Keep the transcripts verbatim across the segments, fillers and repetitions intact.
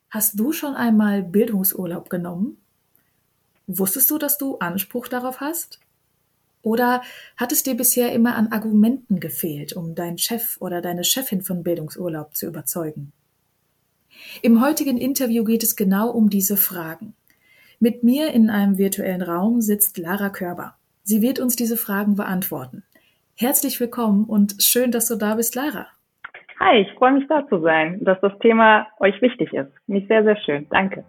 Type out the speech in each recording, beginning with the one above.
Hast du schon einmal Bildungsurlaub genommen? Wusstest du, dass du Anspruch darauf hast? Oder hat es dir bisher immer an Argumenten gefehlt, um deinen Chef oder deine Chefin von Bildungsurlaub zu überzeugen? Im heutigen Interview geht es genau um diese Fragen. Mit mir in einem virtuellen Raum sitzt Lara Körber. Sie wird uns diese Fragen beantworten. Herzlich willkommen und schön, dass du da bist, Lara. Hi, ich freue mich da zu sein, dass das Thema euch wichtig ist. Finde ich sehr, sehr schön. Danke.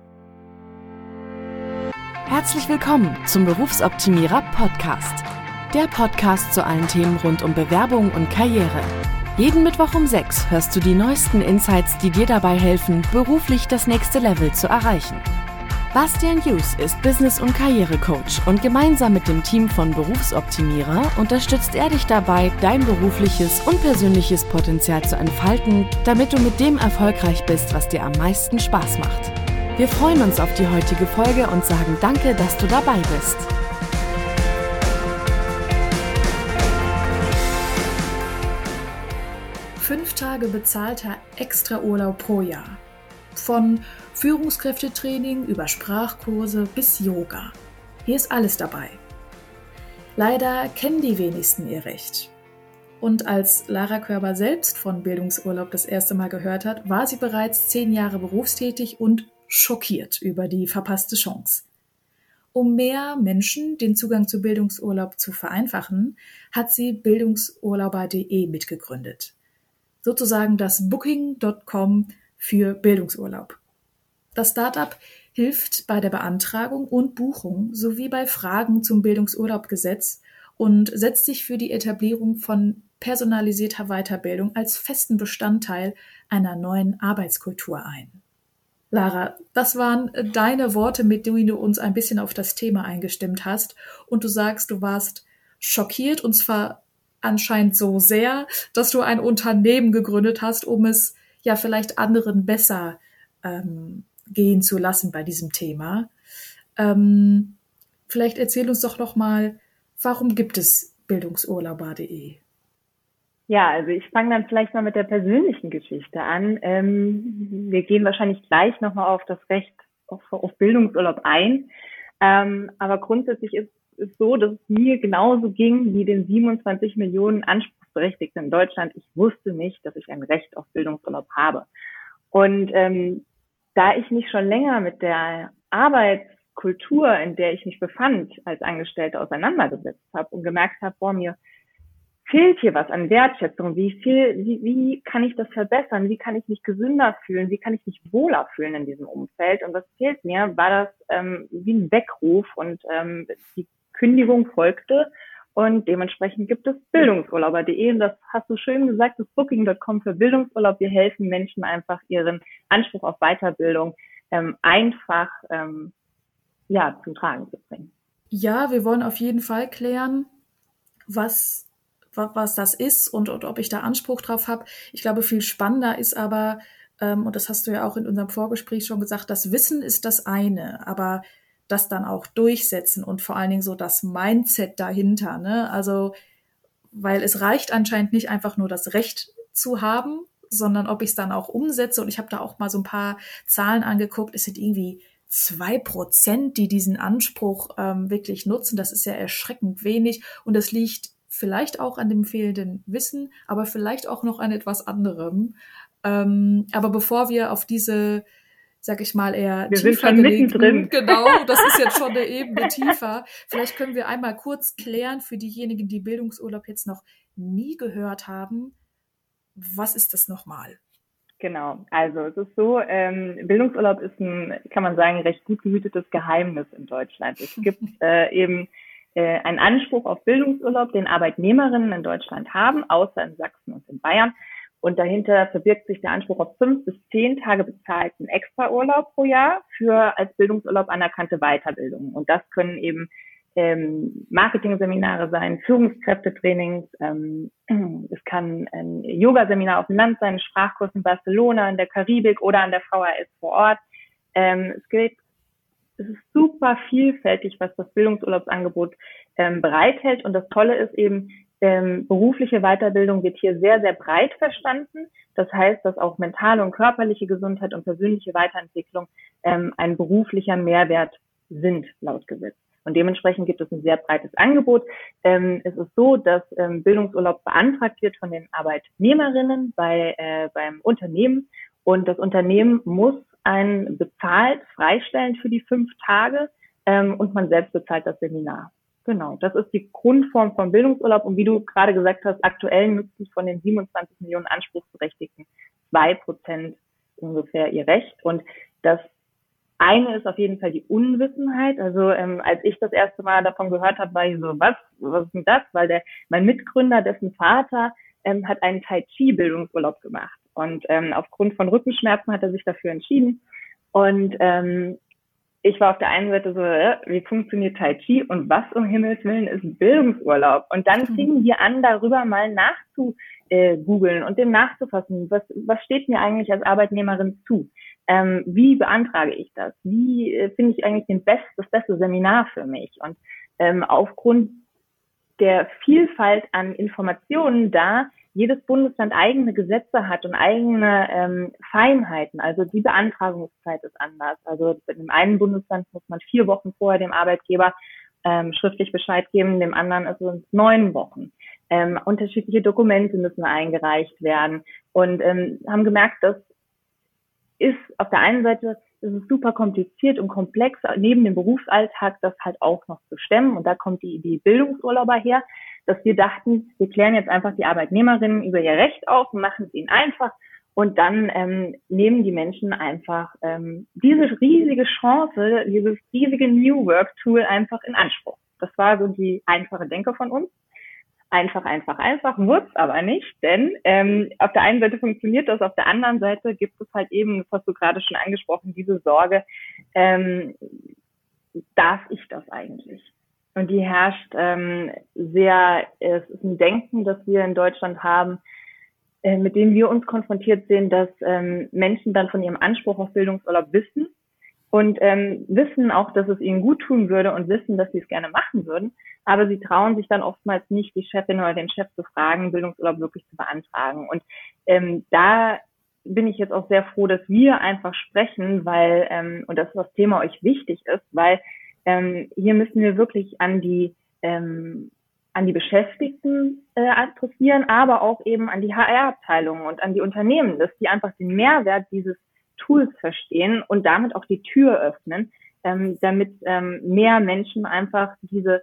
Herzlich willkommen zum Berufsoptimierer Podcast. Der Podcast zu allen Themen rund um Bewerbung und Karriere. Jeden Mittwoch um sechs hörst du die neuesten Insights, die dir dabei helfen, beruflich das nächste Level zu erreichen. Bastian Hughes ist Business- und Karrierecoach und gemeinsam mit dem Team von Berufsoptimierer unterstützt er dich dabei, dein berufliches und persönliches Potenzial zu entfalten, damit du mit dem erfolgreich bist, was dir am meisten Spaß macht. Wir freuen uns auf die heutige Folge und sagen danke, dass du dabei bist. Fünf Tage bezahlter Extraurlaub pro Jahr. Von Führungskräftetraining über Sprachkurse bis Yoga. Hier ist alles dabei. Leider kennen die wenigsten ihr Recht. Und als Lara Körber selbst von Bildungsurlaub das erste Mal gehört hat, war sie bereits zehn Jahre berufstätig und schockiert über die verpasste Chance. Um mehr Menschen den Zugang zu Bildungsurlaub zu vereinfachen, hat sie bildungsurlauber punkt de mitgegründet. Sozusagen das Booking Punkt com für Bildungsurlaub. Das Startup hilft bei der Beantragung und Buchung sowie bei Fragen zum Bildungsurlaubgesetz und setzt sich für die Etablierung von personalisierter Weiterbildung als festen Bestandteil einer neuen Arbeitskultur ein. Lara, das waren deine Worte, mit denen du uns ein bisschen auf das Thema eingestimmt hast. Und du sagst, du warst schockiert, und zwar anscheinend so sehr, dass du ein Unternehmen gegründet hast, um es ja vielleicht anderen besser ähm, gehen zu lassen bei diesem Thema. Ähm, vielleicht erzähl uns doch noch mal, warum gibt es bildungsurlauber punkt de? Ja, also ich fange dann vielleicht mal mit der persönlichen Geschichte an. Ähm, wir gehen wahrscheinlich gleich nochmal auf das Recht auf, auf Bildungsurlaub ein. Ähm, aber grundsätzlich ist es so, dass es mir genauso ging wie den siebenundzwanzig Millionen Anspruchsberechtigten in Deutschland. Ich wusste nicht, dass ich ein Recht auf Bildungsurlaub habe. Und ähm, da ich mich schon länger mit der Arbeitskultur, in der ich mich befand, als Angestellte auseinandergesetzt habe und gemerkt habe, vor mir fehlt hier was an Wertschätzung, wie viel, wie, wie kann ich das verbessern, wie kann ich mich gesünder fühlen, wie kann ich mich wohler fühlen in diesem Umfeld, und was fehlt mir, war das ähm, wie ein Weckruf, und ähm, die Kündigung folgte. Und dementsprechend gibt es bildungsurlauber punkt de, und das hast du schön gesagt, das Booking Punkt com für Bildungsurlaub. Wir helfen Menschen einfach, ihren Anspruch auf Weiterbildung ähm, einfach ähm, ja zum Tragen zu bringen. Ja, wir wollen auf jeden Fall klären, was, was, was das ist und, und ob ich da Anspruch drauf habe. Ich glaube, viel spannender ist aber, ähm, und das hast du ja auch in unserem Vorgespräch schon gesagt, das Wissen ist das eine, aber das dann auch durchsetzen und vor allen Dingen so das Mindset dahinter, ne? Also, weil es reicht anscheinend nicht einfach nur das Recht zu haben, sondern ob ich es dann auch umsetze. Und ich habe da auch mal so ein paar Zahlen angeguckt. Es sind irgendwie zwei Prozent, die diesen Anspruch ähm, wirklich nutzen. Das ist ja erschreckend wenig. Und das liegt vielleicht auch an dem fehlenden Wissen, aber vielleicht auch noch an etwas anderem. Ähm, aber bevor wir auf diese, sag ich mal, eher wir tiefer sind schon gelegten, mittendrin. genau, das ist jetzt schon eine Ebene tiefer. Vielleicht können wir einmal kurz klären für diejenigen, die Bildungsurlaub jetzt noch nie gehört haben. Was ist das nochmal? Genau, also es ist so, ähm, Bildungsurlaub ist ein, kann man sagen, recht gut gehütetes Geheimnis in Deutschland. Es gibt äh, eben äh, einen Anspruch auf Bildungsurlaub, den Arbeitnehmerinnen in Deutschland haben, außer in Sachsen und in Bayern. Und dahinter verbirgt sich der Anspruch auf fünf bis zehn Tage bezahlten Extraurlaub pro Jahr für als Bildungsurlaub anerkannte Weiterbildungen. Und das können eben ähm, Marketing-Seminare sein, Führungskräftetrainings, ähm, es kann ein Yoga-Seminar auf dem Land sein, ein Sprachkurs in Barcelona, in der Karibik oder an der V H S vor Ort. Ähm, es geht, es ist super vielfältig, was das Bildungsurlaubsangebot ähm, bereithält. Und das Tolle ist eben, Ähm, berufliche Weiterbildung wird hier sehr, sehr breit verstanden. Das heißt, dass auch mentale und körperliche Gesundheit und persönliche Weiterentwicklung ähm, ein beruflicher Mehrwert sind, laut Gesetz. Und dementsprechend gibt es ein sehr breites Angebot. Ähm, es ist so, dass ähm, Bildungsurlaub beantragt wird von den Arbeitnehmerinnen bei äh, beim Unternehmen. Und das Unternehmen muss einen bezahlt freistellen für die fünf Tage ähm, und man selbst bezahlt das Seminar. Genau, das ist die Grundform von Bildungsurlaub. Und wie du gerade gesagt hast, aktuell nutzen von den siebenundzwanzig Millionen Anspruchsberechtigten zwei Prozent ungefähr ihr Recht. Und das eine ist auf jeden Fall die Unwissenheit. Also ähm, als ich das erste Mal davon gehört habe, war ich so, was, was ist denn das? Weil der mein Mitgründer, dessen Vater, ähm, hat einen Tai Chi Bildungsurlaub gemacht. Und ähm, aufgrund von Rückenschmerzen hat er sich dafür entschieden. Und ähm, ich war auf der einen Seite so, äh, wie funktioniert Tai Chi und was um Himmels Willen ist Bildungsurlaub? Und dann fingen wir an, darüber mal nachzu äh, googeln und dem nachzufassen. Was, was steht mir eigentlich als Arbeitnehmerin zu? Ähm, wie beantrage ich das? Wie äh, finde ich eigentlich den best, das beste Seminar für mich? Und ähm, aufgrund der Vielfalt an Informationen da jedes Bundesland eigene Gesetze hat und eigene ähm, Feinheiten. Also die Beantragungszeit ist anders. Also in dem einen Bundesland muss man vier Wochen vorher dem Arbeitgeber ähm, schriftlich Bescheid geben, dem anderen ist es neun Wochen. Ähm, unterschiedliche Dokumente müssen eingereicht werden und ähm, haben gemerkt, das ist auf der einen Seite ist es super kompliziert und komplex, neben dem Berufsalltag das halt auch noch zu stemmen. Und da kommt die Idee Bildungsurlauber her, dass wir dachten, wir klären jetzt einfach die Arbeitnehmerinnen über ihr Recht auf und machen es ihnen einfach. Und dann ähm, nehmen die Menschen einfach ähm, diese riesige Chance, dieses riesige New Work Tool einfach in Anspruch. Das war so die einfache Denke von uns. Einfach, einfach, einfach, wird's aber nicht, denn ähm, auf der einen Seite funktioniert das, auf der anderen Seite gibt es halt eben, das hast du gerade schon angesprochen, diese Sorge, ähm, darf ich das eigentlich? Und die herrscht ähm, sehr, es ist ein Denken, das wir in Deutschland haben, äh, mit dem wir uns konfrontiert sehen, dass ähm, Menschen dann von ihrem Anspruch auf Bildungsurlaub wissen und ähm, wissen auch, dass es ihnen gut tun würde und wissen, dass sie es gerne machen würden. Aber sie trauen sich dann oftmals nicht, die Chefin oder den Chef zu fragen, Bildungsurlaub wirklich zu beantragen. Und ähm, da bin ich jetzt auch sehr froh, dass wir einfach sprechen, weil, ähm, und dass das Thema euch wichtig ist, weil ähm, hier müssen wir wirklich an die ähm, an die Beschäftigten äh, adressieren, aber auch eben an die H R-Abteilungen und an die Unternehmen, dass die einfach den Mehrwert dieses Tools verstehen und damit auch die Tür öffnen, ähm, damit ähm, mehr Menschen einfach diese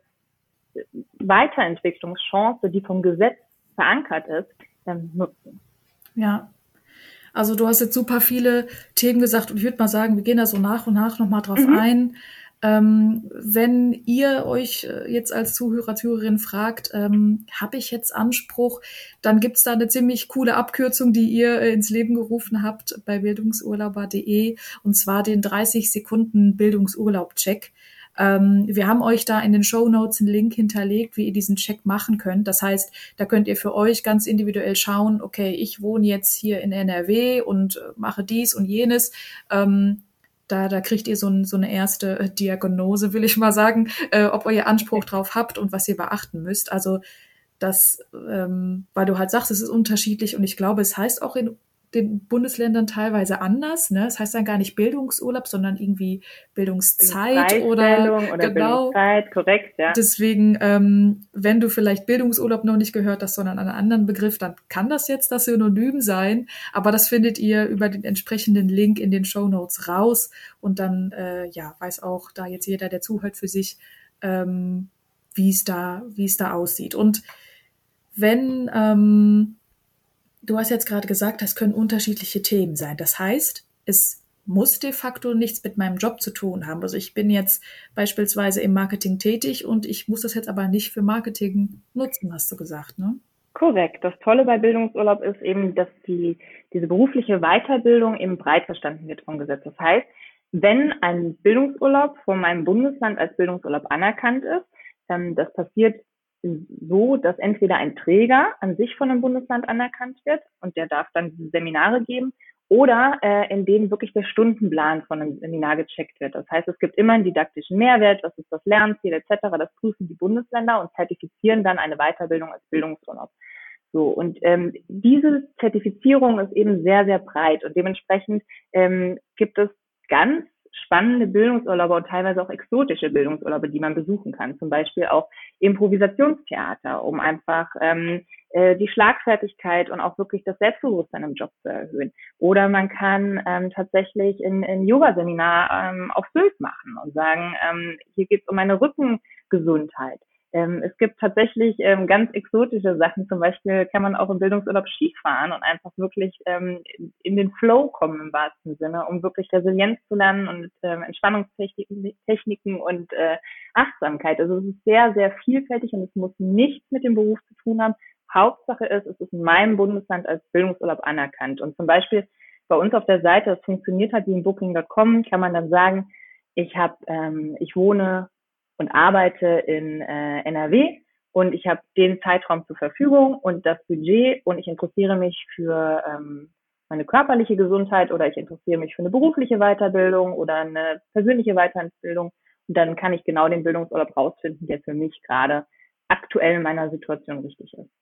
Weiterentwicklungschance, die vom Gesetz verankert ist, ähm, nutzen. Ja, also du hast jetzt super viele Themen gesagt und ich würde mal sagen, wir gehen da so nach und nach nochmal drauf mhm. ein. Ähm, wenn ihr euch jetzt als Zuhörer, Zuhörerin fragt, ähm, habe ich jetzt Anspruch, dann gibt's da eine ziemlich coole Abkürzung, die ihr äh, ins Leben gerufen habt bei bildungsurlauber punkt de und zwar den dreißig Sekunden Bildungsurlaub-Check. Ähm, wir haben euch da in den Shownotes einen Link hinterlegt, wie ihr diesen Check machen könnt. Das heißt, da könnt ihr für euch ganz individuell schauen, okay, ich wohne jetzt hier in N R W und äh, mache dies und jenes. Ähm, Da, da kriegt ihr so, ein, so eine erste äh, Diagnose, will ich mal sagen, äh, ob ihr Anspruch drauf habt und was ihr beachten müsst. Also das, ähm, weil du halt sagst, es ist unterschiedlich und ich glaube, es heißt auch in den Bundesländern teilweise anders. Ne? Es heißt dann gar nicht Bildungsurlaub, sondern irgendwie Bildungszeit oder, oder genau. Bildungszeit, korrekt, ja. Deswegen, ähm, wenn du vielleicht Bildungsurlaub noch nicht gehört hast, sondern einen anderen Begriff, dann kann das jetzt das Synonym sein. Aber das findet ihr über den entsprechenden Link in den Shownotes raus. Und dann, äh, ja, weiß auch da jetzt jeder, der zuhört, für sich, ähm, wie es da, wie es da aussieht. Und wenn, ähm, du hast jetzt gerade gesagt, das können unterschiedliche Themen sein. Das heißt, es muss de facto nichts mit meinem Job zu tun haben. Also ich bin jetzt beispielsweise im Marketing tätig und ich muss das jetzt aber nicht für Marketing nutzen, hast du gesagt, ne? Korrekt. Das Tolle bei Bildungsurlaub ist eben, dass die diese berufliche Weiterbildung eben breit verstanden wird vom Gesetz. Das heißt, wenn ein Bildungsurlaub von meinem Bundesland als Bildungsurlaub anerkannt ist, ähm, das passiert so, dass entweder ein Träger an sich von einem Bundesland anerkannt wird und der darf dann diese Seminare geben oder äh, in denen wirklich der Stundenplan von einem Seminar gecheckt wird. Das heißt, es gibt immer einen didaktischen Mehrwert, was ist das Lernziel et cetera. Das prüfen die Bundesländer und zertifizieren dann eine Weiterbildung als Bildungsurlaub. So, und ähm, diese Zertifizierung ist eben sehr, sehr breit und dementsprechend ähm, gibt es ganz spannende Bildungsurlaube und teilweise auch exotische Bildungsurlaube, die man besuchen kann. Zum Beispiel auch Improvisationstheater, um einfach ähm, äh, die Schlagfertigkeit und auch wirklich das Selbstbewusstsein im Job zu erhöhen. Oder man kann ähm, tatsächlich in, in Yoga-Seminar ähm, auf Sylt machen und sagen, ähm, hier geht es um eine Rückengesundheit. Ähm, es gibt tatsächlich ähm, ganz exotische Sachen. Zum Beispiel kann man auch im Bildungsurlaub Skifahren und einfach wirklich ähm, in, in den Flow kommen im wahrsten Sinne, um wirklich Resilienz zu lernen und ähm, Entspannungstechniken Techniken und äh, Achtsamkeit. Also es ist sehr, sehr vielfältig und es muss nichts mit dem Beruf zu tun haben. Hauptsache ist, es ist in meinem Bundesland als Bildungsurlaub anerkannt. Und zum Beispiel bei uns auf der Seite, das funktioniert hat wie in Booking Punkt com, kann man dann sagen, ich habe, ähm, ich wohne und arbeite in äh, N R W und ich habe den Zeitraum zur Verfügung und das Budget und ich interessiere mich für ähm, meine körperliche Gesundheit oder ich interessiere mich für eine berufliche Weiterbildung oder eine persönliche Weiterbildung und dann kann ich genau den Bildungsurlaub rausfinden, der für mich gerade aktuell in meiner Situation richtig ist.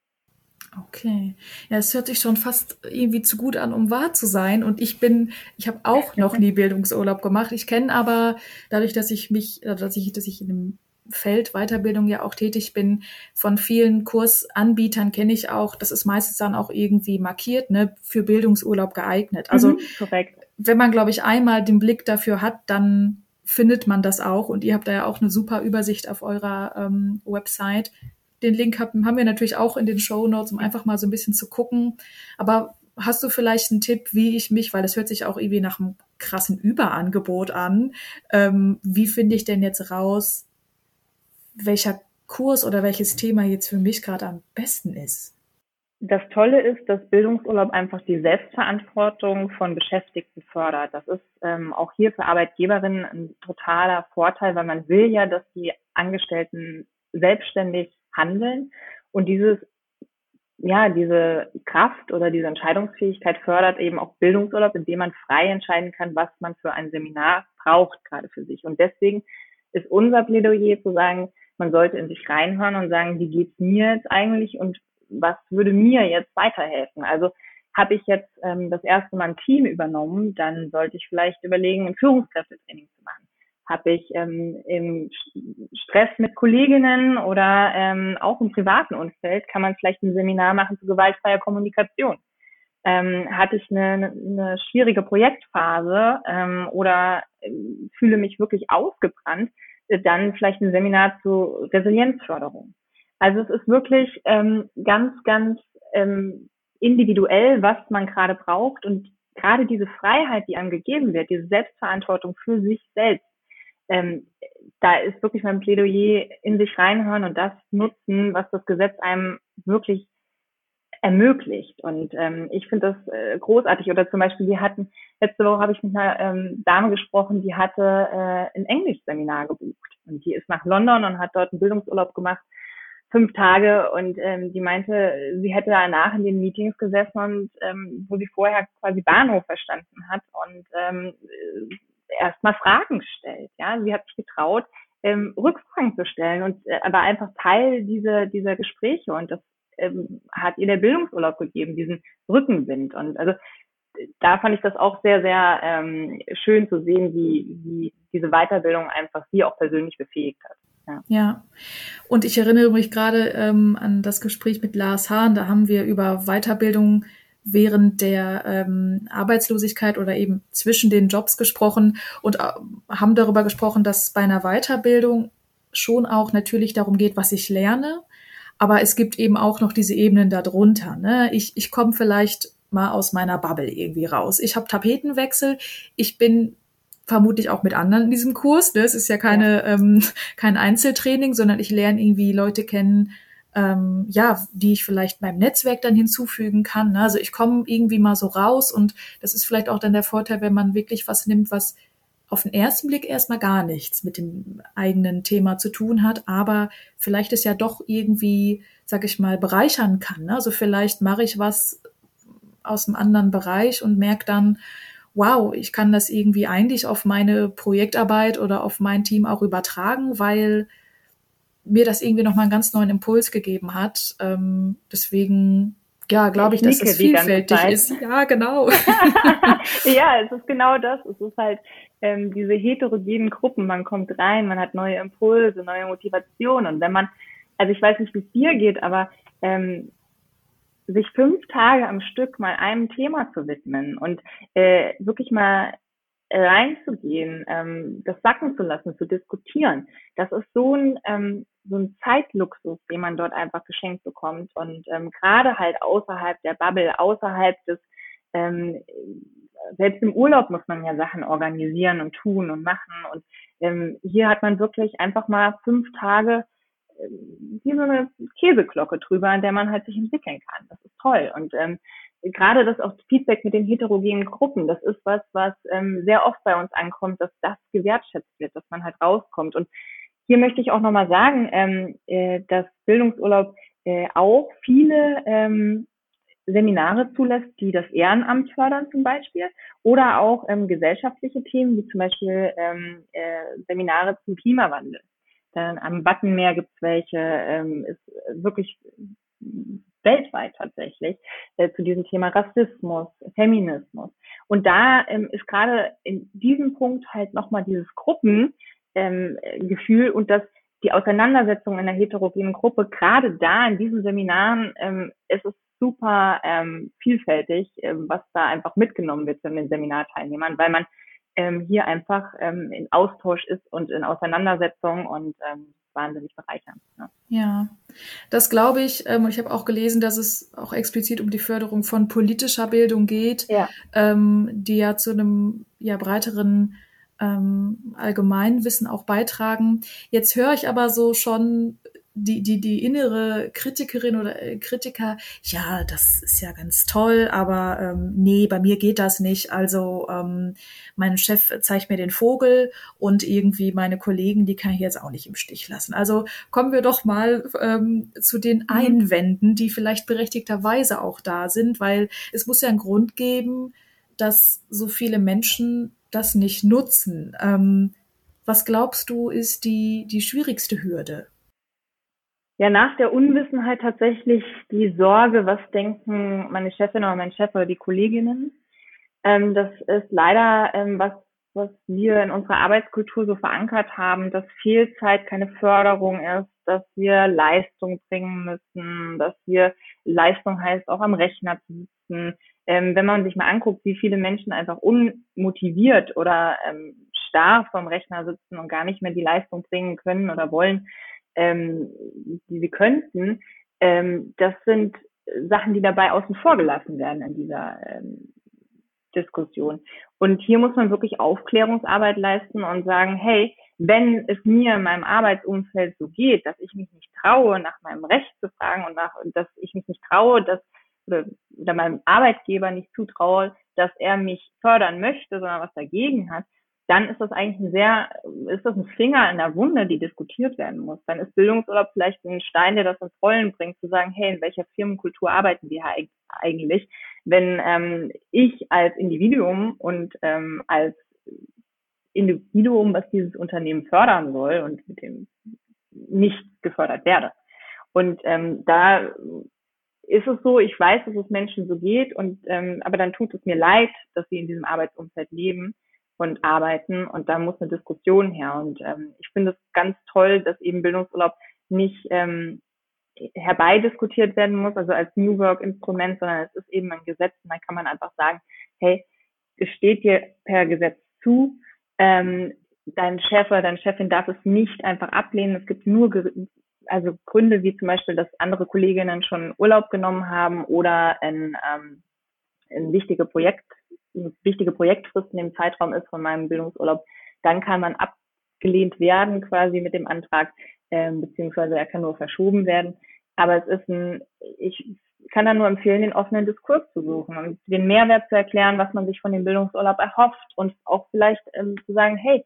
Okay. Ja, es hört sich schon fast irgendwie zu gut an, um wahr zu sein. Und ich bin, ich habe auch noch nie Bildungsurlaub gemacht. Ich kenne aber, dadurch, dass ich mich, dass ich, dass ich in dem Feld Weiterbildung ja auch tätig bin, von vielen Kursanbietern kenne ich auch, das ist meistens dann auch irgendwie markiert, ne, für Bildungsurlaub geeignet. Also, mhm, korrekt. Wenn man, glaube ich, einmal den Blick dafür hat, dann findet man das auch. Und ihr habt da ja auch eine super Übersicht auf eurer ähm, Website. Den Link haben, haben wir natürlich auch in den Shownotes, um einfach mal so ein bisschen zu gucken. Aber hast du vielleicht einen Tipp, wie ich mich, weil das hört sich auch irgendwie nach einem krassen Überangebot an, ähm, wie finde ich denn jetzt raus, welcher Kurs oder welches Thema jetzt für mich gerade am besten ist? Das Tolle ist, dass Bildungsurlaub einfach die Selbstverantwortung von Beschäftigten fördert. Das ist ähm, auch hier für Arbeitgeberinnen ein totaler Vorteil, weil man will ja, dass die Angestellten selbstständig handeln und dieses, ja, diese Kraft oder diese Entscheidungsfähigkeit fördert eben auch Bildungsurlaub, indem man frei entscheiden kann, was man für ein Seminar braucht, gerade für sich. Und deswegen ist unser Plädoyer zu sagen, man sollte in sich reinhören und sagen, wie geht's mir jetzt eigentlich und was würde mir jetzt weiterhelfen? Also habe ich jetzt ähm, das erste Mal ein Team übernommen, dann sollte ich vielleicht überlegen, ein Führungskräftetraining zu machen. Habe ich ähm, im Stress mit Kolleginnen oder ähm, auch im privaten Umfeld, kann man vielleicht ein Seminar machen zu gewaltfreier Kommunikation. Ähm, hatte ich eine, eine schwierige Projektphase ähm, oder äh, fühle mich wirklich ausgebrannt, äh, dann vielleicht ein Seminar zu Resilienzförderung. Also es ist wirklich ähm, ganz, ganz ähm, individuell, was man gerade braucht und gerade diese Freiheit, die einem gegeben wird, diese Selbstverantwortung für sich selbst, Ähm, da ist wirklich mein Plädoyer, in sich reinhören und das nutzen, was das Gesetz einem wirklich ermöglicht. Und ähm, ich finde das äh, großartig. Oder zum Beispiel, wir hatten, letzte Woche habe ich mit einer ähm, Dame gesprochen, die hatte äh, ein Englischseminar gebucht. Und die ist nach London und hat dort einen Bildungsurlaub gemacht, fünf Tage. Und ähm, die meinte, sie hätte danach in den Meetings gesessen und ähm, wo sie vorher quasi Bahnhof verstanden hat und ähm, erstmal Fragen stellt. Ja, sie hat sich getraut, ähm, Rückfragen zu stellen und äh, war einfach Teil dieser dieser Gespräche und das ähm, hat ihr der Bildungsurlaub gegeben, diesen Rückenwind. Und also da fand ich das auch sehr, sehr ähm, schön zu sehen, wie, wie diese Weiterbildung einfach sie auch persönlich befähigt hat. Ja, ja. Und ich erinnere mich gerade ähm, an das Gespräch mit Lars Hahn, da haben wir über Weiterbildung während der ähm, Arbeitslosigkeit oder eben zwischen den Jobs gesprochen und äh, haben darüber gesprochen, dass bei einer Weiterbildung schon auch natürlich darum geht, was ich lerne, aber es gibt eben auch noch diese Ebenen darunter. Ne? Ich, ich komme vielleicht mal aus meiner Bubble irgendwie raus. Ich habe Tapetenwechsel, ich bin vermutlich auch mit anderen in diesem Kurs. Ne? Es ist ja keine ja. Ähm, kein Einzeltraining, sondern ich lerne irgendwie Leute kennen, Ähm, ja, die ich vielleicht meinem Netzwerk dann hinzufügen kann. Ne? Also ich komme irgendwie mal so raus und das ist vielleicht auch dann der Vorteil, wenn man wirklich was nimmt, was auf den ersten Blick erstmal gar nichts mit dem eigenen Thema zu tun hat, aber vielleicht es ja doch irgendwie, sag ich mal, bereichern kann. Ne? Also vielleicht mache ich was aus einem anderen Bereich und merke dann, wow, ich kann das irgendwie eigentlich auf meine Projektarbeit oder auf mein Team auch übertragen, weil mir das irgendwie nochmal einen ganz neuen Impuls gegeben hat. Ähm, deswegen, ja, glaube ich, dass es vielfältig ist. Ja, genau. Ja, es ist genau das. Es ist halt ähm, diese heterogenen Gruppen. Man kommt rein, man hat neue Impulse, neue Motivationen. Und wenn man, also ich weiß nicht, wie es dir geht, aber ähm, sich fünf Tage am Stück mal einem Thema zu widmen und äh, wirklich mal reinzugehen, ähm, das sacken zu lassen, zu diskutieren, das ist so ein ähm, so ein Zeitluxus, den man dort einfach geschenkt bekommt und ähm, gerade halt außerhalb der Bubble, außerhalb des ähm, selbst im Urlaub muss man ja Sachen organisieren und tun und machen und ähm, hier hat man wirklich einfach mal fünf Tage ähm, wie so eine Käseglocke drüber, an der man halt sich entwickeln kann. Das ist toll und ähm, gerade das auch Feedback mit den heterogenen Gruppen, das ist was, was ähm, sehr oft bei uns ankommt, dass das gewertschätzt wird, dass man halt rauskommt. Und hier möchte ich auch nochmal sagen, ähm, äh, dass Bildungsurlaub äh, auch viele ähm, Seminare zulässt, die das Ehrenamt fördern zum Beispiel oder auch ähm, gesellschaftliche Themen, wie zum Beispiel ähm, äh, Seminare zum Klimawandel. Dann am Wattenmeer gibt es welche, ähm, ist wirklich weltweit tatsächlich, äh, zu diesem Thema Rassismus, Feminismus. Und da ähm, ist gerade in diesem Punkt halt nochmal dieses Gruppengefühl ähm, und das die Auseinandersetzung in einer heterogenen Gruppe, gerade da in diesen Seminaren, ähm, es ist super ähm, vielfältig, ähm, was da einfach mitgenommen wird von den Seminarteilnehmern, weil man ähm, hier einfach ähm, in Austausch ist und in Auseinandersetzung und ähm, wahnsinnig bereichernd. Ne? Ja, das glaube ich. Ähm, ich habe auch gelesen, dass es auch explizit um die Förderung von politischer Bildung geht, ja. ähm, die ja zu einem ja breiteren ähm, Allgemeinwissen auch beitragen. Jetzt höre ich aber so schon die die die innere Kritikerin oder äh, Kritiker, ja, das ist ja ganz toll, aber ähm, nee, bei mir geht das nicht. Also ähm, mein Chef zeigt mir den Vogel und irgendwie meine Kollegen, die kann ich jetzt auch nicht im Stich lassen. Also kommen wir doch mal ähm, zu den Einwänden, die vielleicht berechtigterweise auch da sind, weil es muss ja einen Grund geben, dass so viele Menschen das nicht nutzen. Ähm, was glaubst du, ist die die schwierigste Hürde? Ja, nach der Unwissenheit tatsächlich die Sorge, was denken meine Chefin oder mein Chef oder die Kolleginnen. Ähm, das ist leider ähm, was, was wir in unserer Arbeitskultur so verankert haben, dass Fehlzeit keine Förderung ist, dass wir Leistung bringen müssen, dass wir Leistung heißt, auch am Rechner zu sitzen. Ähm, wenn man sich mal anguckt, wie viele Menschen einfach unmotiviert oder ähm, starr vorm Rechner sitzen und gar nicht mehr die Leistung bringen können oder wollen, ähm, die sie könnten, ähm, das sind Sachen, die dabei außen vor gelassen werden in dieser ähm, Diskussion. Und hier muss man wirklich Aufklärungsarbeit leisten und sagen, hey, wenn es mir in meinem Arbeitsumfeld so geht, dass ich mich nicht traue, nach meinem Recht zu fragen und nach, dass ich mich nicht traue, dass oder, oder meinem Arbeitgeber nicht zutraue, dass er mich fördern möchte, sondern was dagegen hat, dann ist das eigentlich ein sehr, ist das ein Finger in der Wunde, die diskutiert werden muss. Dann ist Bildungsurlaub vielleicht ein Stein, der das ins Rollen bringt, zu sagen, hey, in welcher Firmenkultur arbeiten wir eigentlich? Wenn ähm, ich als Individuum und ähm, als Individuum, was dieses Unternehmen fördern soll und mit dem nicht gefördert werde. Und ähm, da ist es so, ich weiß, dass es Menschen so geht, und ähm, aber dann tut es mir leid, dass sie in diesem Arbeitsumfeld leben und arbeiten, und da muss eine Diskussion her. Und ähm, ich finde es ganz toll, dass eben Bildungsurlaub nicht ähm, herbeidiskutiert werden muss, also als New Work-Instrument, sondern es ist eben ein Gesetz, und dann kann man einfach sagen, hey, es steht dir per Gesetz zu, ähm, dein Chef oder deine Chefin darf es nicht einfach ablehnen. Es gibt nur also Gründe, wie zum Beispiel, dass andere Kolleginnen schon Urlaub genommen haben oder ein, ähm, ein wichtige Projekt, eine wichtige Projektfrist in dem Zeitraum ist von meinem Bildungsurlaub, dann kann man abgelehnt werden quasi mit dem Antrag, ähm, beziehungsweise er kann nur verschoben werden. Aber es ist ein, ich kann da nur empfehlen, den offenen Diskurs zu suchen und den Mehrwert zu erklären, was man sich von dem Bildungsurlaub erhofft, und auch vielleicht ähm, zu sagen, hey,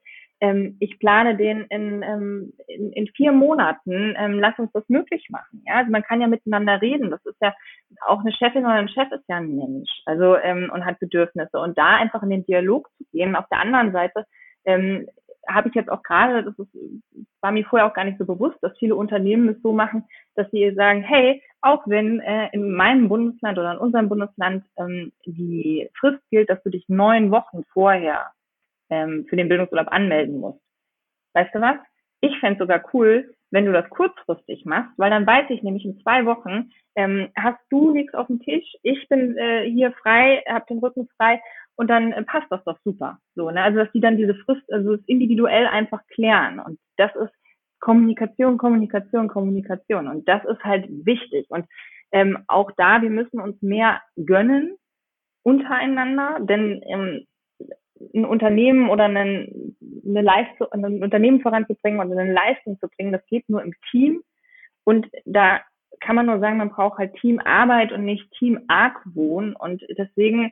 ähm, ich plane den in, ähm, in, in vier Monaten, ähm, lass uns das möglich machen. Ja, also man kann ja miteinander reden. Das ist ja auch eine Chefin oder ein Chef ist ja ein Mensch, also ähm, und hat Bedürfnisse. Und da einfach in den Dialog zu gehen. Auf der anderen Seite ähm, habe ich jetzt auch gerade, das ist, war mir vorher auch gar nicht so bewusst, dass viele Unternehmen es so machen, dass sie sagen, hey, auch wenn äh, in meinem Bundesland oder in unserem Bundesland ähm, die Frist gilt, dass du dich neun Wochen vorher ähm, für den Bildungsurlaub anmelden musst. Weißt du was? Ich fände es sogar cool, wenn du das kurzfristig machst, weil dann weiß ich nämlich in zwei Wochen, ähm, hast du nichts auf dem Tisch, ich bin äh, hier frei, habe den Rücken frei und dann äh, passt das doch super. So, ne? Also dass die dann diese Frist, also das individuell einfach klären und das ist Kommunikation, Kommunikation, Kommunikation und das ist halt wichtig und ähm, auch da, wir müssen uns mehr gönnen untereinander, denn ähm, ein Unternehmen oder einen, eine Leistung, ein Unternehmen voranzubringen oder eine Leistung zu bringen, das geht nur im Team. Und da kann man nur sagen, man braucht halt Teamarbeit und nicht Teamargwohn. Und deswegen,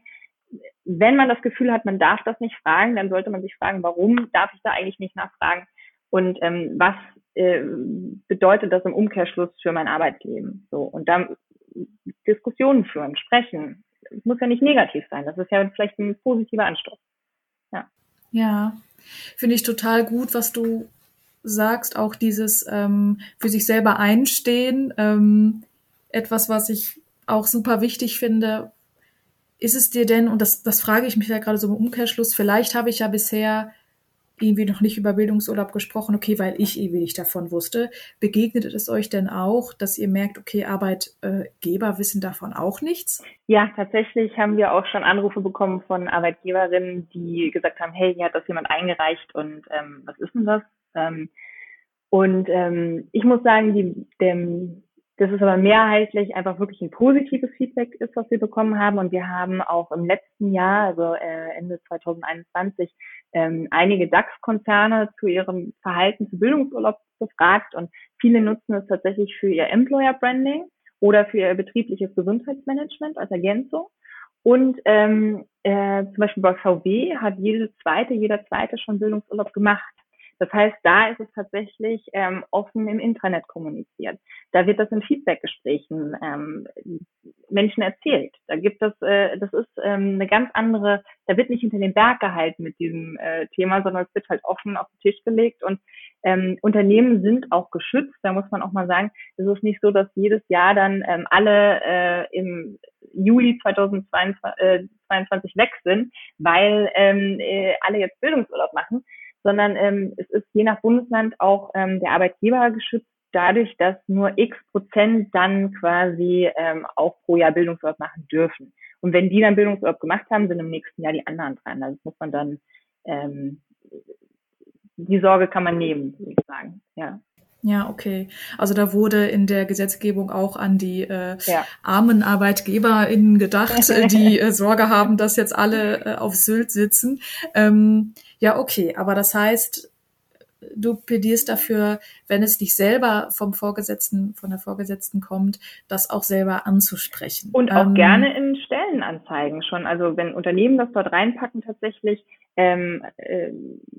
wenn man das Gefühl hat, man darf das nicht fragen, dann sollte man sich fragen, warum darf ich da eigentlich nicht nachfragen? Und ähm, was äh, bedeutet das im Umkehrschluss für mein Arbeitsleben? So, und dann Diskussionen führen, sprechen. Es muss ja nicht negativ sein. Das ist ja vielleicht ein positiver Anstoß. Ja, ja. Finde ich total gut, was du sagst, auch dieses ähm, für sich selber einstehen. Ähm, etwas, was ich auch super wichtig finde. Ist es dir denn, und das, das frage ich mich ja gerade so im Umkehrschluss, vielleicht habe ich ja bisher irgendwie noch nicht über Bildungsurlaub gesprochen, okay, weil ich irgendwie nicht davon wusste. Begegnet es euch denn auch, dass ihr merkt, okay, Arbeitgeber wissen davon auch nichts? Ja, tatsächlich haben wir auch schon Anrufe bekommen von Arbeitgeberinnen, die gesagt haben, hey, hier hat das jemand eingereicht und ähm, was ist denn das? Ähm, und ähm, ich muss sagen, die, dem, dass es aber mehrheitlich einfach wirklich ein positives Feedback ist, was wir bekommen haben. Und wir haben auch im letzten Jahr, also äh, Ende zwanzig einundzwanzig, ähm, einige DAX-Konzerne zu ihrem Verhalten zu Bildungsurlaub befragt. Und viele nutzen es tatsächlich für ihr Employer-Branding oder für ihr betriebliches Gesundheitsmanagement als Ergänzung. Und ähm, äh, zum Beispiel bei V W hat jede zweite, jeder zweite schon Bildungsurlaub gemacht. Das heißt, da ist es tatsächlich ähm, offen im Intranet kommuniziert. Da wird das in Feedbackgesprächen ähm, Menschen erzählt. Da gibt es, äh, das ist ähm, eine ganz andere, da wird nicht hinter den Berg gehalten mit diesem äh, Thema, sondern es wird halt offen auf den Tisch gelegt und ähm, Unternehmen sind auch geschützt. Da muss man auch mal sagen, es ist nicht so, dass jedes Jahr dann ähm, alle äh, im Juli zweitausendzweiundzwanzig weg sind, weil ähm, äh, alle jetzt Bildungsurlaub machen, sondern ähm, es ist je nach Bundesland auch ähm, der Arbeitgeber geschützt dadurch, dass nur x Prozent dann quasi ähm, auch pro Jahr Bildungsurlaub machen dürfen. Und wenn die dann Bildungsurlaub gemacht haben, sind im nächsten Jahr die anderen dran. Also das muss man dann, ähm, die Sorge kann man nehmen, würde ich sagen, ja. Ja, okay. Also da wurde in der Gesetzgebung auch an die äh, Ja. armen ArbeitgeberInnen gedacht, äh, die äh, Sorge haben, dass jetzt alle äh, auf Sylt sitzen. Ähm, ja, okay. Aber das heißt, du plädierst dafür, wenn es nicht selber vom Vorgesetzten, von der Vorgesetzten kommt, das auch selber anzusprechen. Und auch ähm, gerne in Stellenanzeigen schon. Also wenn Unternehmen das dort reinpacken tatsächlich, ähm, äh,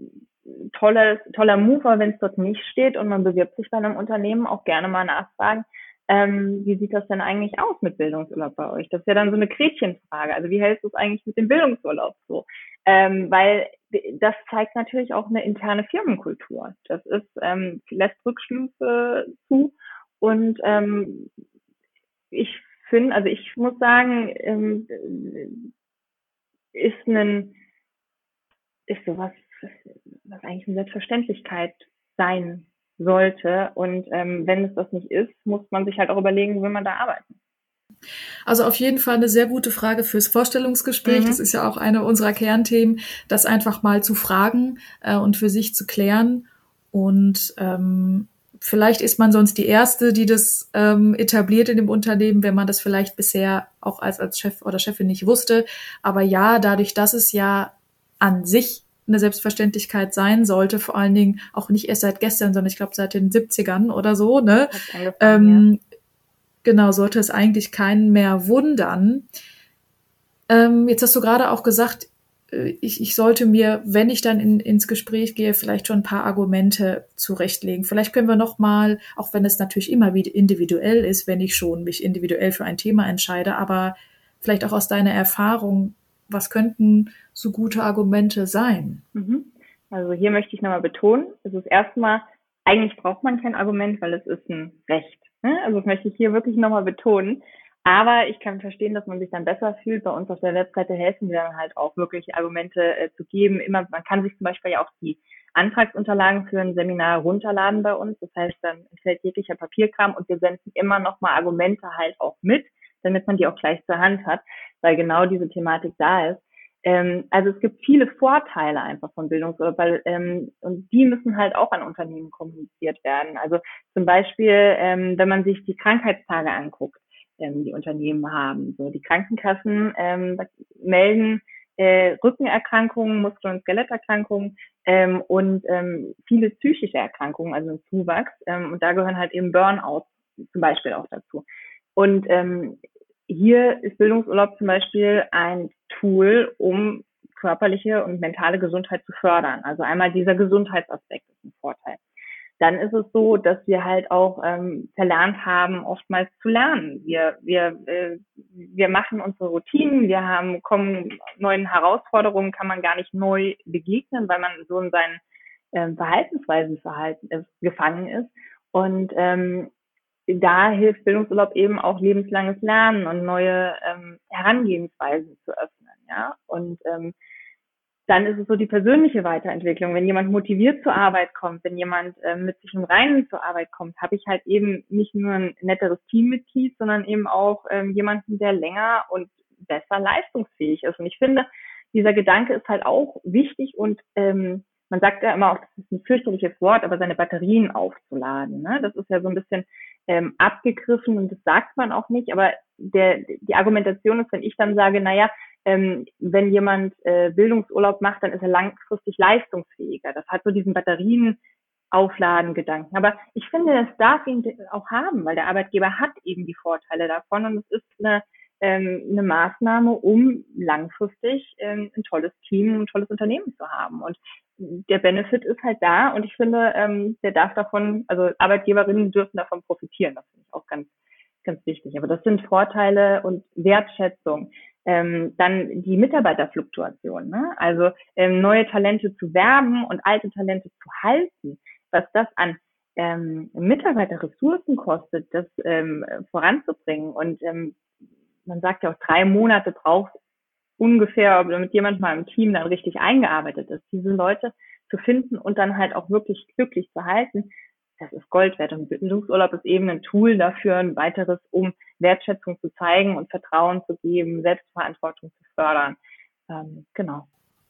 toller, toller Move, aber wenn es dort nicht steht und man bewirbt sich bei einem Unternehmen, auch gerne mal nachfragen, ähm, wie sieht das denn eigentlich aus mit Bildungsurlaub bei euch? Das ist ja dann so eine Gretchenfrage. Also wie hältst du es eigentlich mit dem Bildungsurlaub so? Ähm, weil das zeigt natürlich auch eine interne Firmenkultur. Das ist, ähm, lässt Rückschlüsse zu und ähm, ich finde, also ich muss sagen, ähm, ist ein, ist sowas, was eigentlich eine Selbstverständlichkeit sein sollte. Und ähm, wenn es das nicht ist, muss man sich halt auch überlegen, will man da arbeiten. Also auf jeden Fall eine sehr gute Frage fürs Vorstellungsgespräch. Mhm. Das ist ja auch eine unserer Kernthemen, das einfach mal zu fragen äh, und für sich zu klären. Und ähm, vielleicht ist man sonst die Erste, die das ähm, etabliert in dem Unternehmen, wenn man das vielleicht bisher auch als, als Chef oder Chefin nicht wusste. Aber ja, dadurch, dass es ja an sich eine Selbstverständlichkeit sein sollte, vor allen Dingen auch nicht erst seit gestern, sondern ich glaube seit den siebzigern oder so, ne? Ähm, ja. Genau, sollte es eigentlich keinen mehr wundern. Ähm, jetzt hast du gerade auch gesagt, ich, ich sollte mir, wenn ich dann in, ins Gespräch gehe, vielleicht schon ein paar Argumente zurechtlegen. Vielleicht können wir noch mal, auch wenn es natürlich immer wieder individuell ist, wenn ich schon mich individuell für ein Thema entscheide, aber vielleicht auch aus deiner Erfahrung, was könnten so gute Argumente sein? Mhm. Also hier möchte ich nochmal betonen, es ist erstmal, eigentlich braucht man kein Argument, weil es ist ein Recht. Ne? Also das möchte ich hier wirklich nochmal betonen. Aber ich kann verstehen, dass man sich dann besser fühlt. Bei uns auf der Webseite helfen wir dann halt auch wirklich Argumente äh, zu geben. Immer, man kann sich zum Beispiel ja auch die Antragsunterlagen für ein Seminar runterladen bei uns. Das heißt, dann entfällt jeglicher Papierkram und wir senden immer nochmal Argumente halt auch mit, damit man die auch gleich zur Hand hat, weil genau diese Thematik da ist. Ähm, also es gibt viele Vorteile einfach von Bildungsurlaub, weil ähm, und die müssen halt auch an Unternehmen kommuniziert werden. Also zum Beispiel, ähm, wenn man sich die Krankheitstage anguckt, die Unternehmen haben. So, die Krankenkassen ähm, melden äh, Rückenerkrankungen, Muskel- und Skeletterkrankungen ähm, und ähm, viele psychische Erkrankungen, also ein Zuwachs. Ähm, und da gehören halt eben Burnout zum Beispiel auch dazu. Und ähm, hier ist Bildungsurlaub zum Beispiel ein Tool, um körperliche und mentale Gesundheit zu fördern. Also einmal dieser Gesundheitsaspekt ist ein Vorteil. Dann ist es so, dass wir halt auch ähm, verlernt haben, oftmals zu lernen. Wir wir äh, wir machen unsere Routinen, wir haben kommen neuen Herausforderungen, kann man gar nicht neu begegnen, weil man so in seinen ähm, Verhaltensweisen verhalten äh, gefangen ist. Und ähm, da hilft Bildungsurlaub eben auch lebenslanges Lernen und neue ähm, Herangehensweisen zu öffnen, ja. Und ähm, dann ist es so die persönliche Weiterentwicklung. Wenn jemand motiviert zur Arbeit kommt, wenn jemand äh, mit sich im Reinen zur Arbeit kommt, habe ich halt eben nicht nur ein netteres Teammitglied, sondern eben auch ähm, jemanden, der länger und besser leistungsfähig ist. Und ich finde, dieser Gedanke ist halt auch wichtig und ähm, man sagt ja immer auch, das ist ein fürchterliches Wort, aber seine Batterien aufzuladen. Ne? Das ist ja so ein bisschen ähm, abgegriffen und das sagt man auch nicht, aber der, die Argumentation ist, wenn ich dann sage, naja, Ähm, wenn jemand äh, Bildungsurlaub macht, dann ist er langfristig leistungsfähiger. Das hat so diesen Batterien-Aufladen-Gedanken. Aber ich finde, das darf ihn auch haben, weil der Arbeitgeber hat eben die Vorteile davon und es ist eine, ähm, eine Maßnahme, um langfristig ähm, ein tolles Team, ein tolles Unternehmen zu haben. Und der Benefit ist halt da und ich finde, ähm, der darf davon, also Arbeitgeberinnen dürfen davon profitieren. Das finde ich auch ganz, ganz wichtig. Aber das sind Vorteile und Wertschätzung. Ähm, dann die Mitarbeiterfluktuation, ne? Also ähm, neue Talente zu werben und alte Talente zu halten, was das an ähm, Mitarbeiterressourcen kostet, das ähm, voranzubringen. Und ähm, man sagt ja auch, drei Monate braucht ungefähr, damit jemand mal im Team dann richtig eingearbeitet ist, diese Leute zu finden und dann halt auch wirklich glücklich zu halten. Das ist Gold wert und Bildungsurlaub ist eben ein Tool dafür, ein weiteres, um Wertschätzung zu zeigen und Vertrauen zu geben, Selbstverantwortung zu fördern. Ähm, genau.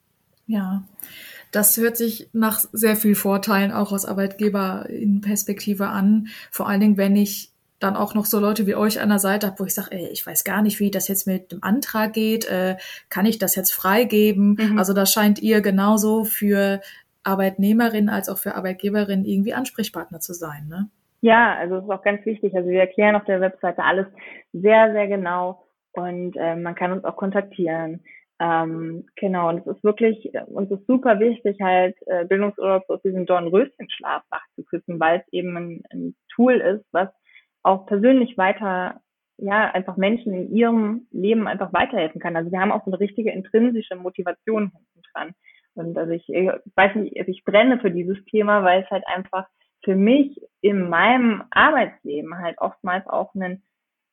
Ja, das hört sich nach sehr viel Vorteilen auch aus Arbeitgeberperspektive an. Vor allen Dingen, wenn ich dann auch noch so Leute wie euch an der Seite habe, wo ich sage, ey, ich weiß gar nicht, wie das jetzt mit dem Antrag geht. Äh, kann ich das jetzt freigeben? Mhm. Also da scheint ihr genauso für Arbeitnehmerin als auch für Arbeitgeberin irgendwie Ansprechpartner zu sein, ne? Ja, also das ist auch ganz wichtig. Also wir erklären auf der Webseite alles sehr, sehr genau und äh, man kann uns auch kontaktieren. Ähm, genau, und es ist wirklich, uns ist super wichtig, halt äh, Bildungsurlaub aus diesem Dornröschenschlaf wach zu küssen, weil es eben ein, ein Tool ist, was auch persönlich weiter, ja, einfach Menschen in ihrem Leben einfach weiterhelfen kann. Also wir haben auch so eine richtige intrinsische Motivation hinten dran. Und also ich, ich weiß nicht, ich brenne für dieses Thema, weil es halt einfach für mich in meinem Arbeitsleben halt oftmals auch einen,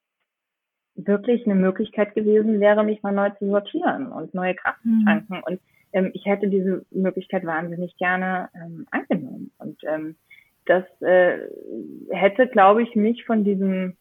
wirklich eine Möglichkeit gewesen wäre, mich mal neu zu sortieren und neue Kraft zu tanken. Mhm. Und ähm, ich hätte diese Möglichkeit wahnsinnig gerne ähm, angenommen. Und ähm, das äh, hätte, glaube ich, mich von diesem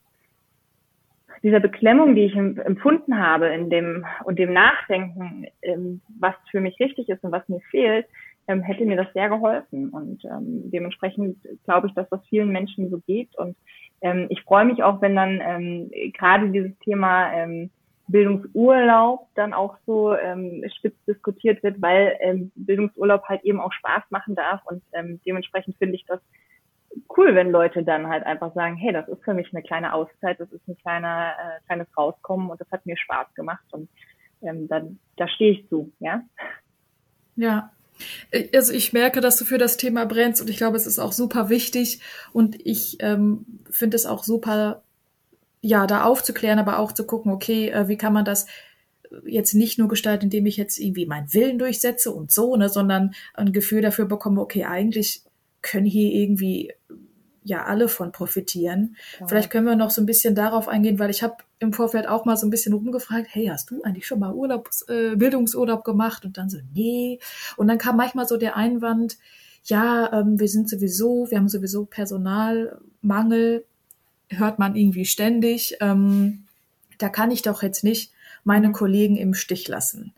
dieser Beklemmung, die ich empfunden habe in dem und dem Nachdenken, ähm, was für mich richtig ist und was mir fehlt, ähm, hätte mir das sehr geholfen. Und ähm, dementsprechend glaube ich, dass das vielen Menschen so geht. Und ähm, ich freue mich auch, wenn dann ähm, gerade dieses Thema ähm, Bildungsurlaub dann auch so ähm, spitz diskutiert wird, weil ähm, Bildungsurlaub halt eben auch Spaß machen darf. Und ähm, dementsprechend finde ich das cool, wenn Leute dann halt einfach sagen, hey, das ist für mich eine kleine Auszeit, das ist ein kleiner, äh, kleines Rauskommen und das hat mir Spaß gemacht und ähm, da, da stehe ich zu, ja. Ja, also ich merke, dass du für das Thema brennst und ich glaube, es ist auch super wichtig und ich ähm, finde es auch super, ja, da aufzuklären, aber auch zu gucken, okay, äh, wie kann man das jetzt nicht nur gestalten, indem ich jetzt irgendwie meinen Willen durchsetze und so, ne, sondern ein Gefühl dafür bekomme, okay, eigentlich können hier irgendwie ja alle von profitieren. Ja. Vielleicht können wir noch so ein bisschen darauf eingehen, weil ich habe im Vorfeld auch mal so ein bisschen rumgefragt, hey, hast du eigentlich schon mal Urlaubs, äh, Bildungsurlaub gemacht? Und dann so, nee. Und dann kam manchmal so der Einwand, ja, ähm, wir sind sowieso, wir haben sowieso Personalmangel, hört man irgendwie ständig. Ähm, da kann ich doch jetzt nicht meine Kollegen im Stich lassen.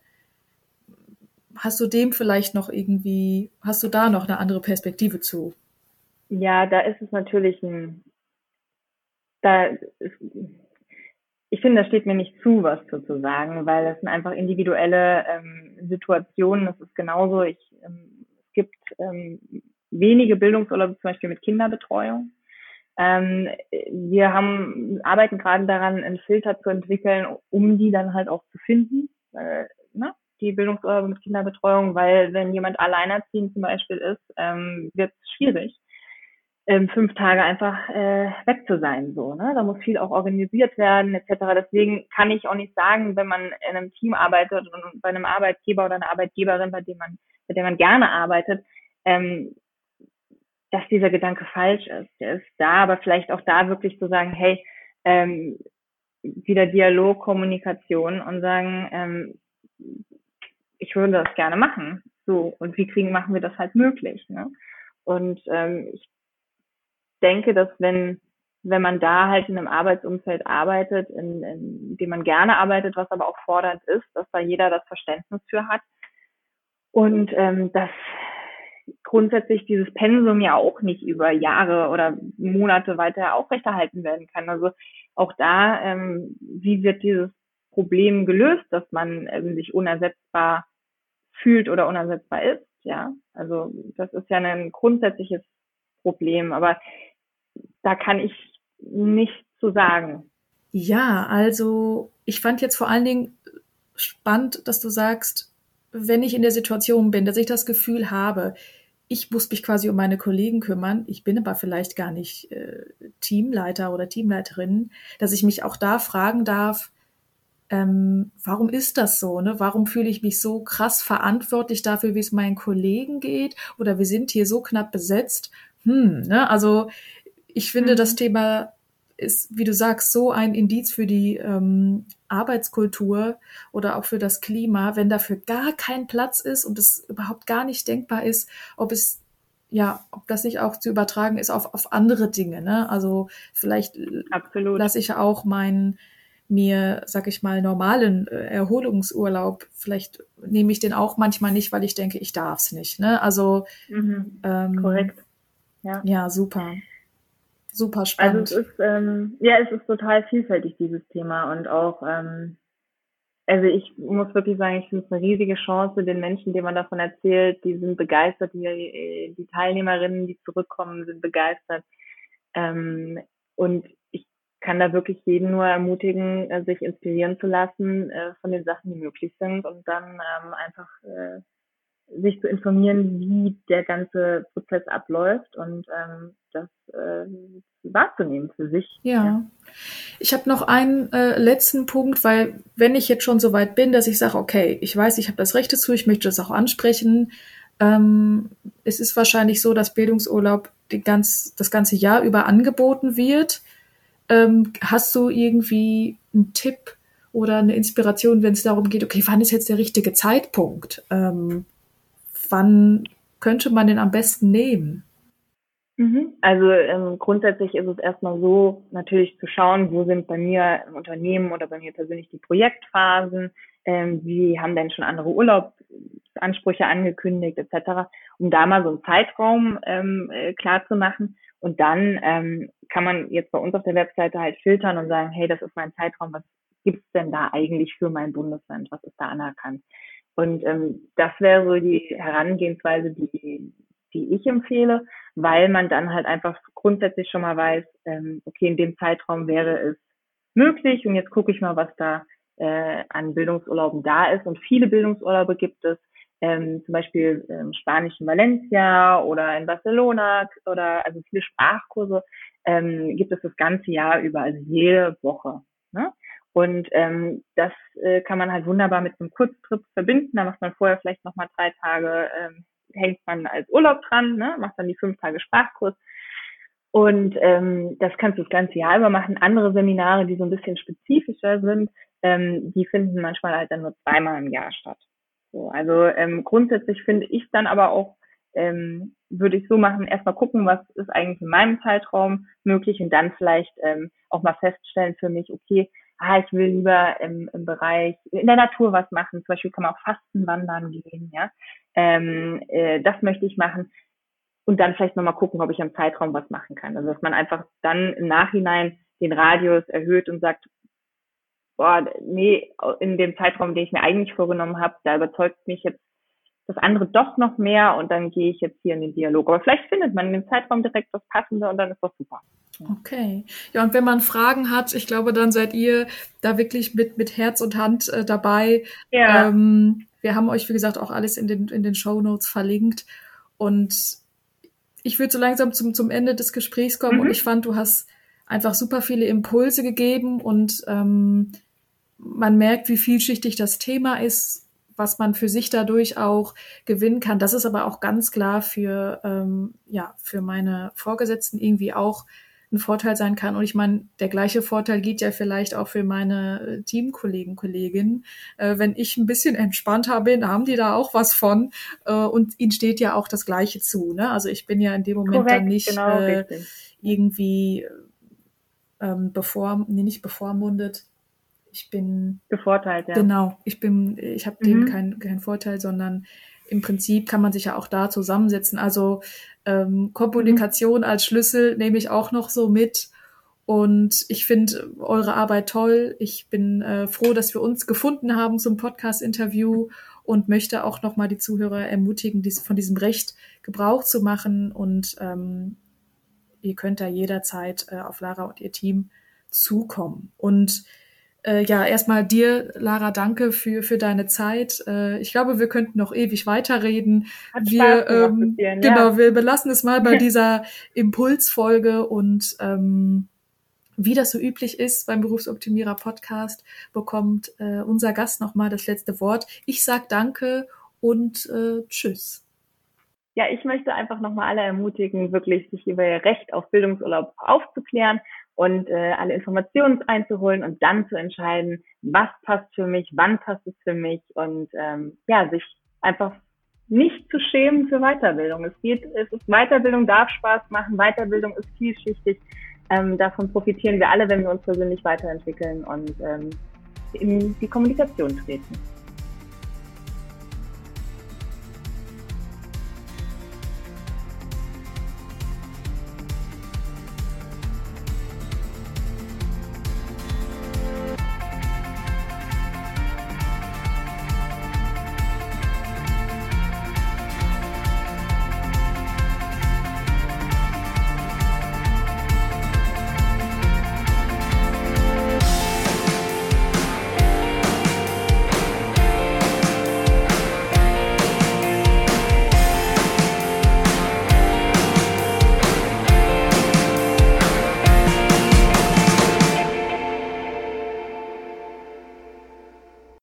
Hast du dem vielleicht noch irgendwie, hast du da noch eine andere Perspektive zu? Ja, da ist es natürlich ein, da ist, ich finde, da steht mir nicht zu, was zu sagen, weil das sind einfach individuelle ähm, Situationen. Das ist genauso, ich, ähm, es gibt ähm, wenige Bildungsurlaube, zum Beispiel mit Kinderbetreuung. Ähm, wir haben, arbeiten gerade daran, einen Filter zu entwickeln, um die dann halt auch zu finden, äh, ne? Die Bildungsurlaube mit Kinderbetreuung, weil wenn jemand alleinerziehend zum Beispiel ist, ähm, wird es schwierig, ähm, fünf Tage einfach äh, weg zu sein, so, ne? Da muss viel auch organisiert werden, et cetera. Deswegen kann ich auch nicht sagen, wenn man in einem Team arbeitet und bei einem Arbeitgeber oder einer Arbeitgeberin, bei dem man, bei der man gerne arbeitet, ähm, dass dieser Gedanke falsch ist. Der ist da, aber vielleicht auch da wirklich zu sagen, hey, ähm, wieder Dialog, Kommunikation und sagen, ähm, ich würde das gerne machen. So, und wie kriegen, machen wir das halt möglich, ne? Und ähm, ich denke, dass wenn, wenn man da halt in einem Arbeitsumfeld arbeitet, in, in dem man gerne arbeitet, was aber auch fordernd ist, dass da jeder das Verständnis für hat. Und ähm, dass grundsätzlich dieses Pensum ja auch nicht über Jahre oder Monate weiter aufrechterhalten werden kann. Also auch da, ähm, wie wird dieses Problem gelöst, dass man ähm, sich unersetzbar fühlt oder unersetzbar ist? Ja, also das ist ja ein grundsätzliches Problem, aber da kann ich nichts zu sagen. Ja, also ich fand jetzt vor allen Dingen spannend, dass du sagst, wenn ich in der Situation bin, dass ich das Gefühl habe, ich muss mich quasi um meine Kollegen kümmern, ich bin aber vielleicht gar nicht äh, Teamleiter oder Teamleiterin, dass ich mich auch da fragen darf, ähm, warum ist das so? Ne? Warum fühle ich mich so krass verantwortlich dafür, wie es meinen Kollegen geht? Oder wir sind hier so knapp besetzt. Hm, ne? Also ich finde, mhm. das Thema ist, wie du sagst, so ein Indiz für die ähm, Arbeitskultur oder auch für das Klima, wenn dafür gar kein Platz ist und es überhaupt gar nicht denkbar ist, ob es ja, ob das nicht auch zu übertragen ist auf, auf andere Dinge. Ne? Also vielleicht lasse ich auch meinen mir, sag ich mal, normalen äh, Erholungsurlaub, vielleicht nehme ich den auch manchmal nicht, weil ich denke, ich darf es nicht. Ne? Also mhm. ähm, korrekt. Ja. ja, super. Super spannend. Also es ist, ähm, ja, es ist total vielfältig, dieses Thema. Und auch, ähm, also ich muss wirklich sagen, ich finde es eine riesige Chance, den Menschen, denen man davon erzählt, die sind begeistert, die, die Teilnehmerinnen, die zurückkommen, sind begeistert. Ähm, und ich kann da wirklich jeden nur ermutigen, sich inspirieren zu lassen äh, von den Sachen, die möglich sind und dann ähm, einfach äh, sich zu informieren, wie der ganze Prozess abläuft und ähm, das äh, wahrzunehmen für sich. Ja, ja. Ich habe noch einen äh, letzten Punkt, weil wenn ich jetzt schon so weit bin, dass ich sage, okay, ich weiß, ich habe das Recht dazu, ich möchte das auch ansprechen. Ähm, es ist wahrscheinlich so, dass Bildungsurlaub die ganz, das ganze Jahr über angeboten wird. Ähm, hast du irgendwie einen Tipp oder eine Inspiration, wenn es darum geht, okay, wann ist jetzt der richtige Zeitpunkt? Ähm, wann könnte man den am besten nehmen? Also ähm, grundsätzlich ist es erstmal so, natürlich zu schauen, wo sind bei mir im Unternehmen oder bei mir persönlich die Projektphasen, ähm, wie haben denn schon andere Urlaubsansprüche angekündigt et cetera, um da mal so einen Zeitraum ähm, äh, klar zu machen. Und dann ähm, kann man jetzt bei uns auf der Webseite halt filtern und sagen, hey, das ist mein Zeitraum, was gibt's denn da eigentlich für mein Bundesland, was ist da anerkannt? Und ähm, das wäre so die Herangehensweise, die die ich empfehle, weil man dann halt einfach grundsätzlich schon mal weiß, ähm, okay, in dem Zeitraum wäre es möglich und jetzt gucke ich mal, was da äh, an Bildungsurlauben da ist. Und viele Bildungsurlaube gibt es, ähm, zum Beispiel ähm, Spanisch in Valencia oder in Barcelona oder also viele Sprachkurse ähm, gibt es das ganze Jahr über, also jede Woche. Ne? Und ähm, das äh, kann man halt wunderbar mit einem Kurztrip verbinden. Da macht man vorher vielleicht nochmal drei Tage, ähm, hängt man als Urlaub dran, ne? Macht dann die fünf Tage Sprachkurs. Und ähm, das kannst du das ganze Jahr über machen. Andere Seminare, die so ein bisschen spezifischer sind, ähm, die finden manchmal halt dann nur zweimal im Jahr statt. So, also ähm, grundsätzlich finde ich dann aber auch, ähm, würde ich so machen, erstmal gucken, was ist eigentlich in meinem Zeitraum möglich und dann vielleicht ähm, auch mal feststellen für mich, okay, ah, ich will lieber im, im Bereich, in der Natur was machen. Zum Beispiel kann man auch Fasten wandern gehen, ja. Ähm, äh, das möchte ich machen. Und dann vielleicht nochmal gucken, ob ich im Zeitraum was machen kann. Also dass man einfach dann im Nachhinein den Radius erhöht und sagt, boah, nee, in dem Zeitraum, den ich mir eigentlich vorgenommen habe, da überzeugt mich jetzt das andere doch noch mehr und dann gehe ich jetzt hier in den Dialog. Aber vielleicht findet man in dem Zeitraum direkt das Passende und dann ist das super. Okay. Ja, und wenn man Fragen hat, ich glaube, dann seid ihr da wirklich mit, mit Herz und Hand äh, dabei. Ja. Ähm, wir haben euch, wie gesagt, auch alles in den, in den Shownotes verlinkt. Und ich würde so langsam zum, zum Ende des Gesprächs kommen mhm. und ich fand, du hast einfach super viele Impulse gegeben und ähm, man merkt, wie vielschichtig das Thema ist, was man für sich dadurch auch gewinnen kann. Das ist aber auch ganz klar für, ähm, ja, für meine Vorgesetzten irgendwie auch ein Vorteil sein kann. Und ich meine, der gleiche Vorteil geht ja vielleicht auch für meine Teamkollegen, Kolleginnen. Äh, wenn ich ein bisschen entspannter bin, haben die da auch was von. Äh, und ihnen steht ja auch das Gleiche zu. Ne? Also ich bin ja in dem Moment Korrekt, dann nicht genau, äh, irgendwie ähm, bevor, nee, nicht bevormundet. Ich bin bevorteilt, ja. Genau, ich bin, ich habe Mhm. dem keinen keinen Vorteil, sondern im Prinzip kann man sich ja auch da zusammensetzen. Also ähm, Kommunikation mhm. als Schlüssel nehme ich auch noch so mit. Und ich finde eure Arbeit toll. Ich bin äh, froh, dass wir uns gefunden haben zum Podcast-Interview und möchte auch nochmal die Zuhörer ermutigen, dies, von diesem Recht Gebrauch zu machen. Und ähm, ihr könnt da jederzeit äh, auf Lara und ihr Team zukommen. Und Äh, ja, erstmal dir, Lara, danke für für deine Zeit. Äh, ich glaube, wir könnten noch ewig weiterreden. Hat wir Spaß gemacht ähm, mit dir, genau, ja. wir belassen es mal bei dieser Impulsfolge und ähm, wie das so üblich ist beim Berufsoptimierer Podcast, bekommt äh, unser Gast nochmal das letzte Wort. Ich sag danke und äh, tschüss. Ja, ich möchte einfach nochmal alle ermutigen, wirklich sich über ihr Recht auf Bildungsurlaub aufzuklären und äh, alle Informationen einzuholen und dann zu entscheiden, was passt für mich, wann passt es für mich und ähm, ja, sich einfach nicht zu schämen für Weiterbildung. Es geht, es ist Weiterbildung darf Spaß machen, Weiterbildung ist vielschichtig. Ähm, davon profitieren wir alle, wenn wir uns persönlich weiterentwickeln und ähm, in die Kommunikation treten.